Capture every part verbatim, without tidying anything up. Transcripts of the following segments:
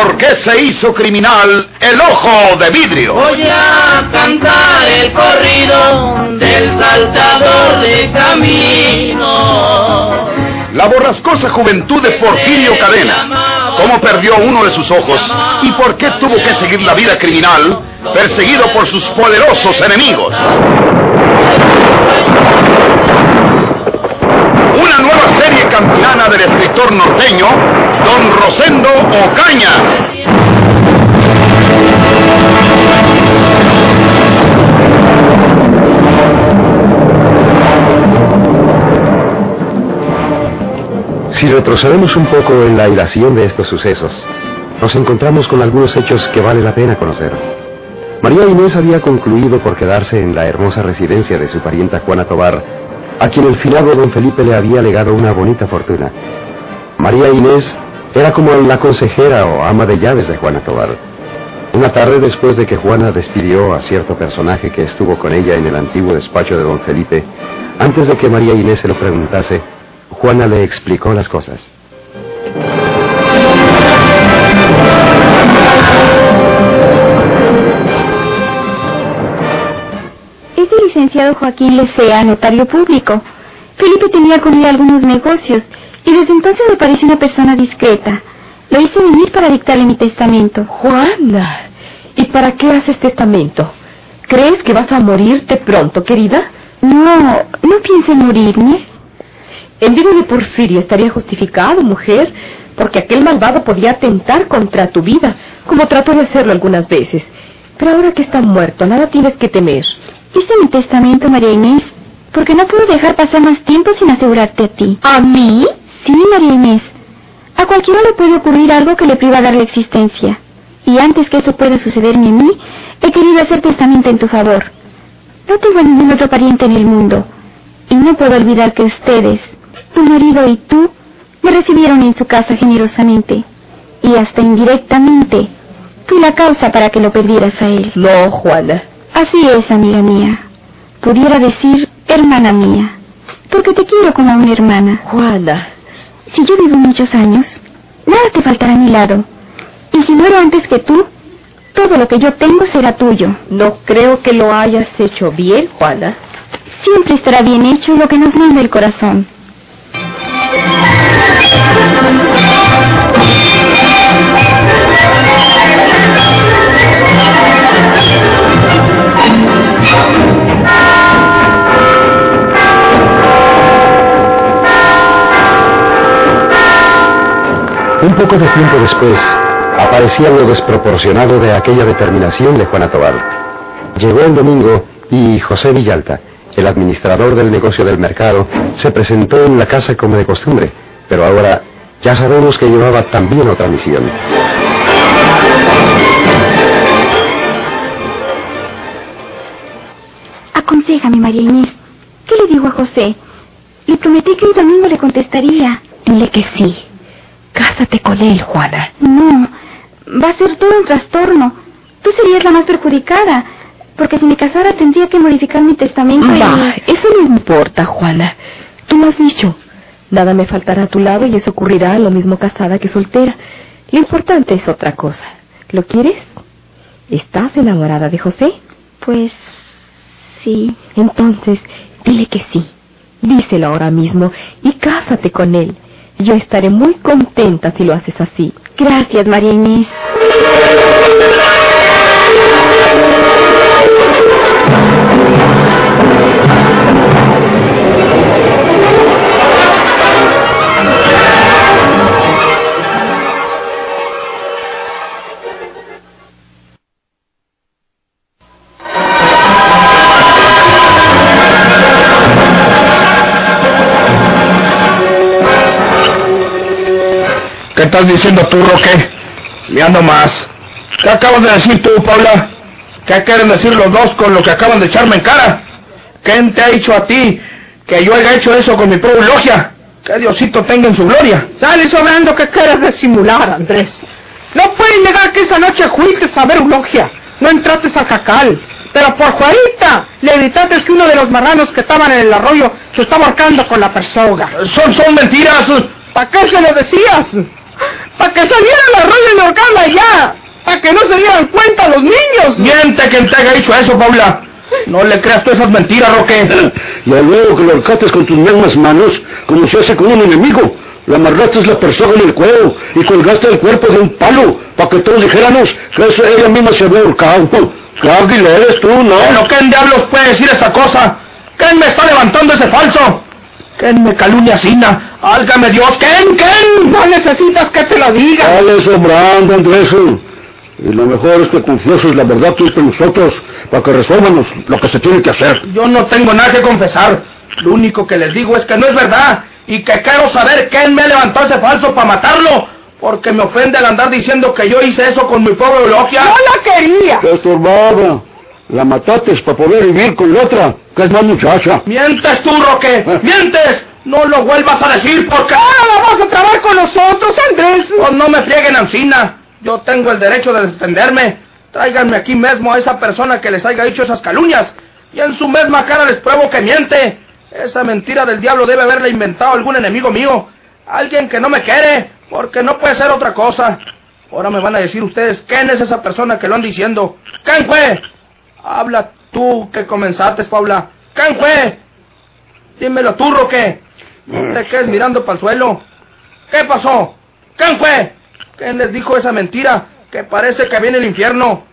¿Por qué se hizo criminal el ojo de vidrio? Voy a cantar el corrido del saltador de camino. La borrascosa juventud de Porfirio Cadena. ¿Cómo perdió uno de sus ojos? ¿Y por qué tuvo que seguir la vida criminal, perseguido por sus poderosos enemigos? Una nueva serie campilana del escritor norteño, don Rosendo Ocaña. Si retrocedemos un poco en la hilación de estos sucesos, nos encontramos con algunos hechos que vale la pena conocer. María Inés había concluido por quedarse en la hermosa residencia de su parienta Juana Tovar, a quien el finado don Felipe le había legado una bonita fortuna. María Inés era como la consejera o ama de llaves de Juana Tovar. Una tarde, después de que Juana despidió a cierto personaje que estuvo con ella en el antiguo despacho de don Felipe, antes de que María Inés se lo preguntase, Juana le explicó las cosas. Es el licenciado Joaquín Lecea, notario público. Felipe tenía con él algunos negocios y desde entonces me pareció una persona discreta. Lo hice venir para dictarle mi testamento. Juana, ¿y para qué haces testamento? ¿Crees que vas a morirte pronto, querida? No, no pienso en morirme. En vida de Porfirio estaría justificado, mujer, porque aquel malvado podía atentar contra tu vida, como trató de hacerlo algunas veces. Pero ahora que está muerto, nada tienes que temer. Hice mi testamento, María Inés, porque no puedo dejar pasar más tiempo sin asegurarte a ti. ¿A mí? Sí, María Inés. A cualquiera le puede ocurrir algo que le priva dar la existencia. Y antes que eso pueda sucederme a mí, he querido hacer testamento en tu favor. No tengo ningún otro pariente en el mundo. Y no puedo olvidar que ustedes, tu marido y tú, me recibieron en su casa generosamente. Y hasta indirectamente, fui la causa para que lo perdieras a él. No, Juana. Así es, amiga mía. Pudiera decir hermana mía, porque te quiero como a una hermana. Juana. Si yo vivo muchos años, nada te faltará a mi lado. Y si muero antes que tú, todo lo que yo tengo será tuyo. No creo que lo hayas hecho bien, Juana. Siempre estará bien hecho lo que nos manda el corazón. Un poco de tiempo después, aparecía lo desproporcionado de aquella determinación de Juana Tovar. Llegó el domingo y José Villalta, el administrador del negocio del mercado, se presentó en la casa como de costumbre, pero ahora ya sabemos que llevaba también otra misión. Aconséjame, María Inés. ¿Qué le digo a José? Le prometí que el domingo le contestaría. Dile que sí. Cásate con él, Juana. No, va a ser todo un trastorno. Tú serías la más perjudicada, porque si me casara tendría que modificar mi testamento. Bah, y... eso no importa, Juana. Tú lo has dicho. Nada me faltará a tu lado y eso ocurrirá lo mismo casada que soltera. Lo importante es otra cosa. ¿Lo quieres? ¿Estás enamorada de José? Pues... sí. Entonces, dile que sí. Díselo ahora mismo y cásate con él. Yo estaré muy contenta si lo haces así. Gracias, María Inés. ¿Qué estás diciendo tú, Roque? Liando más. ¿Qué acabas de decir tú, Paula? ¿Qué quieren decir los dos con lo que acaban de echarme en cara? ¿Quién te ha dicho a ti que yo haya hecho eso con mi propia logia? Que Diosito tenga en su gloria. Sale sobrando que quieres disimular, Andrés. No puedes negar que esa noche fuiste a ver logia. No entraste al jacal. Pero por Juanita le gritaste que uno de los marranos que estaban en el arroyo se estaba ahorcando con la persoga. Son, son mentiras. ¿Para qué se lo decías? para que saliera al arroyo y ahorcarla ya, para que no se dieran cuenta los niños. Miente quien te haya dicho eso, Paula. No le creas tú esas mentiras, Roque. Y luego que lo ahorcaste con tus mismas manos, como se hace con un enemigo. Le amarraste la persona en el cuello y colgaste el cuerpo de un palo, para que todos dijéramos que eso ella misma se había ahorcado. ¿Qué águila eres tú, no? ¿Pero quién diablos puede decir esa cosa? ¿Quién me está levantando ese falso? ¿Quién me calumnia asina? ¡Álgame Dios! ¿Quién? ¿Quién? No necesitas que te lo diga. Dale sobrando, Andrés. Y lo mejor es que confieses la verdad tú entre nosotros, para que resuélvanos lo que se tiene que hacer. Yo no tengo nada que confesar. Lo único que les digo es que no es verdad, y que quiero saber quién me levantó ese falso para matarlo, porque me ofende el andar diciendo que yo hice eso con mi pobre Eulogia. ¡No la quería! ¡Qué estorbada! La mataste para poder vivir con la otra, que es más muchacha. ¡Mientes tú, Roque! ¿Eh? ¡Mientes! No lo vuelvas a decir porque... ¡Ah, la vas a trabar con nosotros, Andrés! Pues no me frieguen, Ancina. Yo tengo el derecho de defenderme. Tráiganme aquí mismo a esa persona que les haya dicho esas calumnias, y en su misma cara les pruebo que miente. Esa mentira del diablo debe haberla inventado algún enemigo mío, alguien que no me quiere, porque no puede ser otra cosa. Ahora me van a decir ustedes quién es esa persona que lo han diciendo. ¿Quién fue? Habla tú que comenzaste, Paula. ¿Quién fue? Dímelo tú, Roque. No te quedes mirando para el suelo. ¿Qué pasó? ¿Quién fue? ¿Quién les dijo esa mentira que parece que viene el infierno?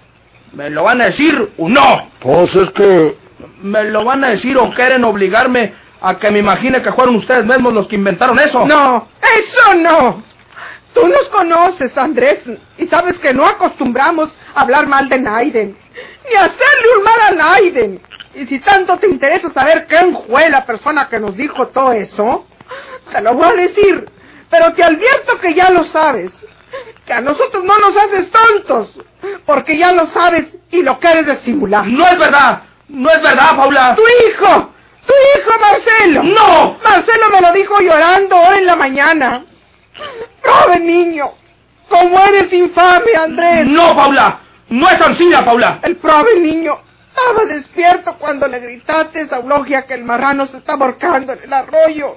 ¿Me lo van a decir o no? Pues es que... ¿Me lo van a decir o quieren obligarme a que me imagine que fueron ustedes mismos los que inventaron eso? No, eso no. Tú nos conoces, Andrés, y sabes que no acostumbramos a hablar mal de Naiden, ni hacerle un mal a Naiden. Y si tanto te interesa saber quién fue la persona que nos dijo todo eso, te lo voy a decir, pero te advierto que ya lo sabes, que a nosotros no nos haces tontos, porque ya lo sabes y lo quieres disimular. ¡No es verdad! ¡No es verdad, Paula! ¡Tu hijo! ¡Tu hijo, Marcelo! ¡No! Marcelo me lo dijo llorando hoy en la mañana. ¡Prove, niño! ¡Cómo eres infame, Andrés! ¡No, Paula! ¡No es Ancina, Paula! El prove niño estaba despierto cuando le gritaste a esa Eulogia que el marrano se estaba ahorcando en el arroyo.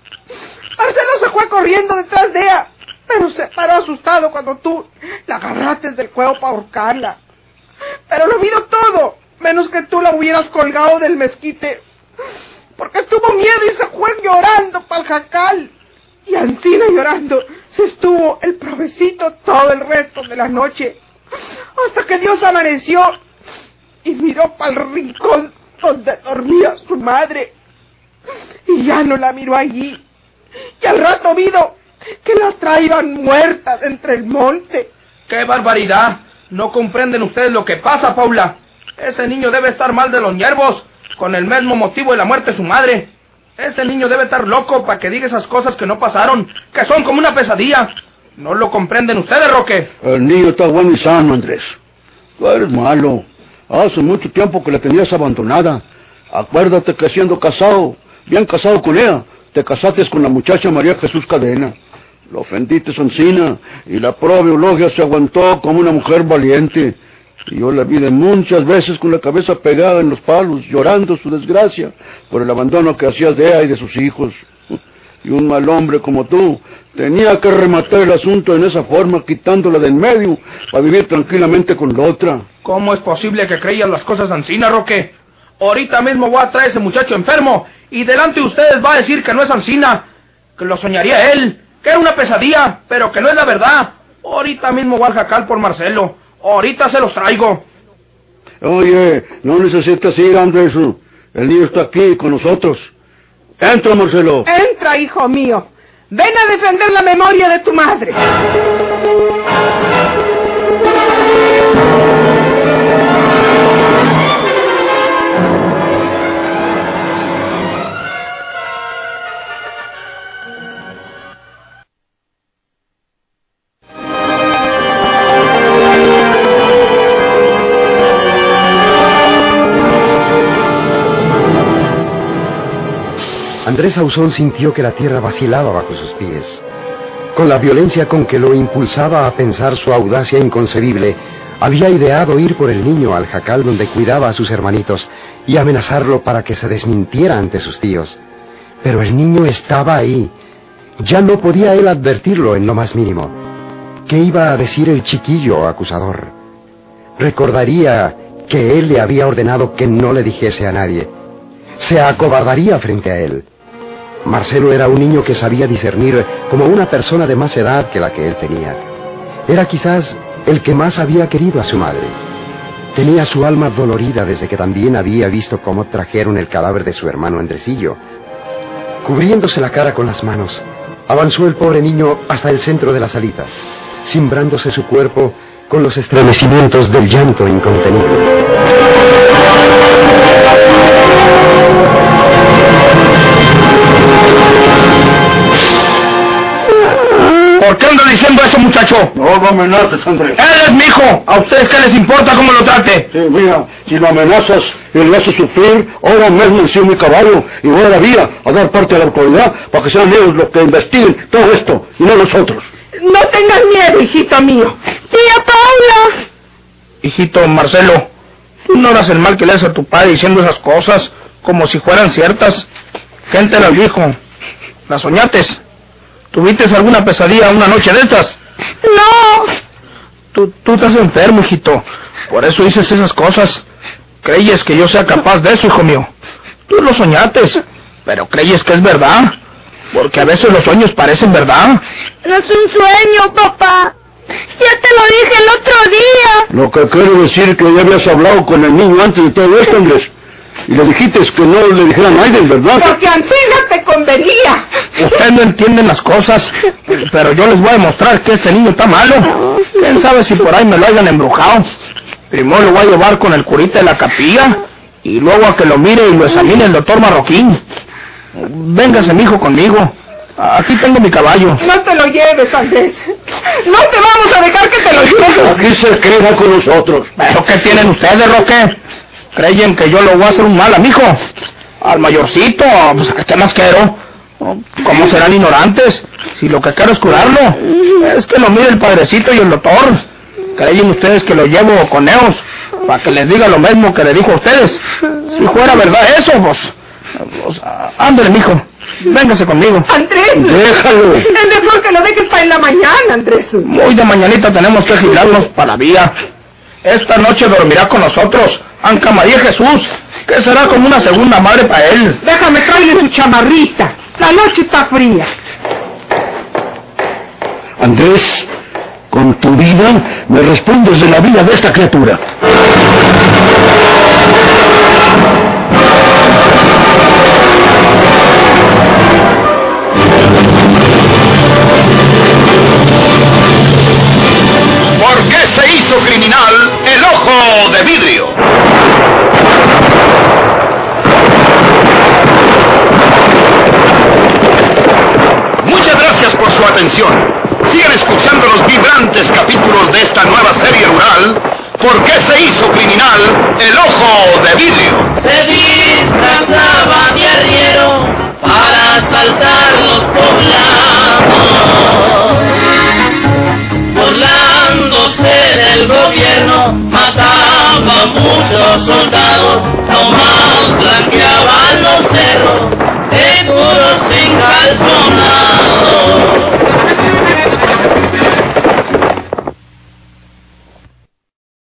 Marcelo se fue corriendo detrás de ella, pero se paró asustado cuando tú la agarraste del cuello para ahorcarla. Pero lo vio todo, menos que tú la hubieras colgado del mezquite, porque tuvo miedo y se fue llorando para el jacal. Y Ancina llorando se estuvo el provecito todo el resto de la noche, hasta que Dios amaneció y miró para el rincón donde dormía su madre, y ya no la miró allí, y al rato vino que la traían muerta de entre el monte. ¡Qué barbaridad! No comprenden ustedes lo que pasa, Paula. Ese niño debe estar mal de los nervios, con el mismo motivo de la muerte de su madre. Ese niño debe estar loco para que diga esas cosas que no pasaron, que son como una pesadilla. ¿No lo comprenden ustedes, Roque? El niño está bueno y sano, Andrés. Tú eres malo. Hace mucho tiempo que la tenías abandonada. Acuérdate que siendo casado, bien casado con ella, te casaste con la muchacha María Jesús Cadena. Lo ofendiste, Ancina, y la pobre Eulogia se aguantó como una mujer valiente. Y yo la vi de muchas veces con la cabeza pegada en los palos, llorando su desgracia por el abandono que hacías de ella y de sus hijos. Y un mal hombre como tú tenía que rematar el asunto en esa forma, quitándola del medio para vivir tranquilamente con la otra. ¿Cómo es posible que creían las cosas Ancina, Roque? Ahorita mismo voy a traer a ese muchacho enfermo y delante de ustedes va a decir que no es Ancina, que lo soñaría él, que era una pesadilla, pero que no es la verdad. Ahorita mismo voy al jacal por Marcelo. Ahorita se los traigo. Oye, no necesitas ir, Andrés. El niño está aquí con nosotros. Entra, Marcelo. Entra, hijo mío. Ven a defender la memoria de tu madre. Andrés Ausón sintió que la tierra vacilaba bajo sus pies. Con la violencia con que lo impulsaba a pensar su audacia inconcebible, había ideado ir por el niño al jacal donde cuidaba a sus hermanitos y amenazarlo para que se desmintiera ante sus tíos. Pero el niño estaba ahí. Ya no podía él advertirlo en lo más mínimo. ¿Qué iba a decir el chiquillo acusador? Recordaría que él le había ordenado que no le dijese a nadie. Se acobardaría frente a él. Marcelo era un niño que sabía discernir como una persona de más edad que la que él tenía. Era quizás el que más había querido a su madre. Tenía su alma dolorida desde que también había visto cómo trajeron el cadáver de su hermano Andresillo. Cubriéndose la cara con las manos, avanzó el pobre niño hasta el centro de la salita, cimbrándose su cuerpo con los estremecimientos del llanto incontenible. ¿Por qué anda diciendo eso, muchacho? No lo amenaces, Andrés. Él es mi hijo. ¿A ustedes qué les importa cómo lo trate? Sí, mira, si lo amenazas y le haces sufrir, ahora mismo encima mi caballo y voy a la vía a dar parte de la autoridad para que sean ellos los que investiguen todo esto y no nosotros. No tengas miedo, hijito mío. ¡Tía Paula! Hijito Marcelo, tú no harás el mal que le haces a tu padre diciendo esas cosas como si fueran ciertas. ¿Quién te las dijo? ¿Las soñates? ¿Tuviste alguna pesadilla una noche de estas? ¡No! Tú, tú estás enfermo, hijito. Por eso dices esas cosas. ¿Creyes que yo sea capaz de eso, hijo mío? Tú lo soñates, pero ¿creyes que es verdad? Porque a veces los sueños parecen verdad. No es un sueño, papá. Ya te lo dije el otro día. Lo que quiero decir es que ya habías hablado con el niño antes de todo esto, Andrés. Y le dijiste que no le dijera a nadie, ¿verdad? Porque antes no te convenía. Ustedes no entienden las cosas, pero yo les voy a demostrar que este niño está malo. ¿Quién sabe si por ahí me lo hayan embrujado? Primero lo voy a llevar con el curita de la capilla y luego a que lo mire y lo examine el doctor Marroquín. Véngase, mijo, conmigo. Aquí tengo mi caballo. No te lo lleves, Andrés. No te vamos a dejar que te lo lleves. Aquí se queda con nosotros. ¿Pero qué tienen ustedes, Roque? ¿Creyen que yo lo voy a hacer un mal a mi hijo? Al mayorcito, pues, ¿qué más quiero? ¿Cómo serán ignorantes? Si lo que quiero es curarlo. Es que lo mire el padrecito y el doctor. ¿Creyen ustedes que lo llevo con ellos para que les diga lo mismo que le dijo a ustedes? Si fuera verdad eso, pues... pues ándale, mijo. Véngase conmigo. Andrés. Déjalo. Es mejor que lo dejes para en la mañana, Andrés. Muy de mañanita tenemos que girarnos para la vía. Esta noche dormirá con nosotros Anca María Jesús, que será como una segunda madre para él. Déjame traerle su chamarrita. La noche está fría. Andrés, con tu vida me respondes de la vida de esta criatura. ¿Por qué se hizo criminal el ojo de vidrio? Muchas gracias por su atención. Sigan escuchando los vibrantes capítulos de esta nueva serie rural, ¿Por qué se hizo criminal el ojo de vidrio? Se disfrazaba de arriero para asaltar los poblados. Burlándose del gobierno, mataba a muchos soldados.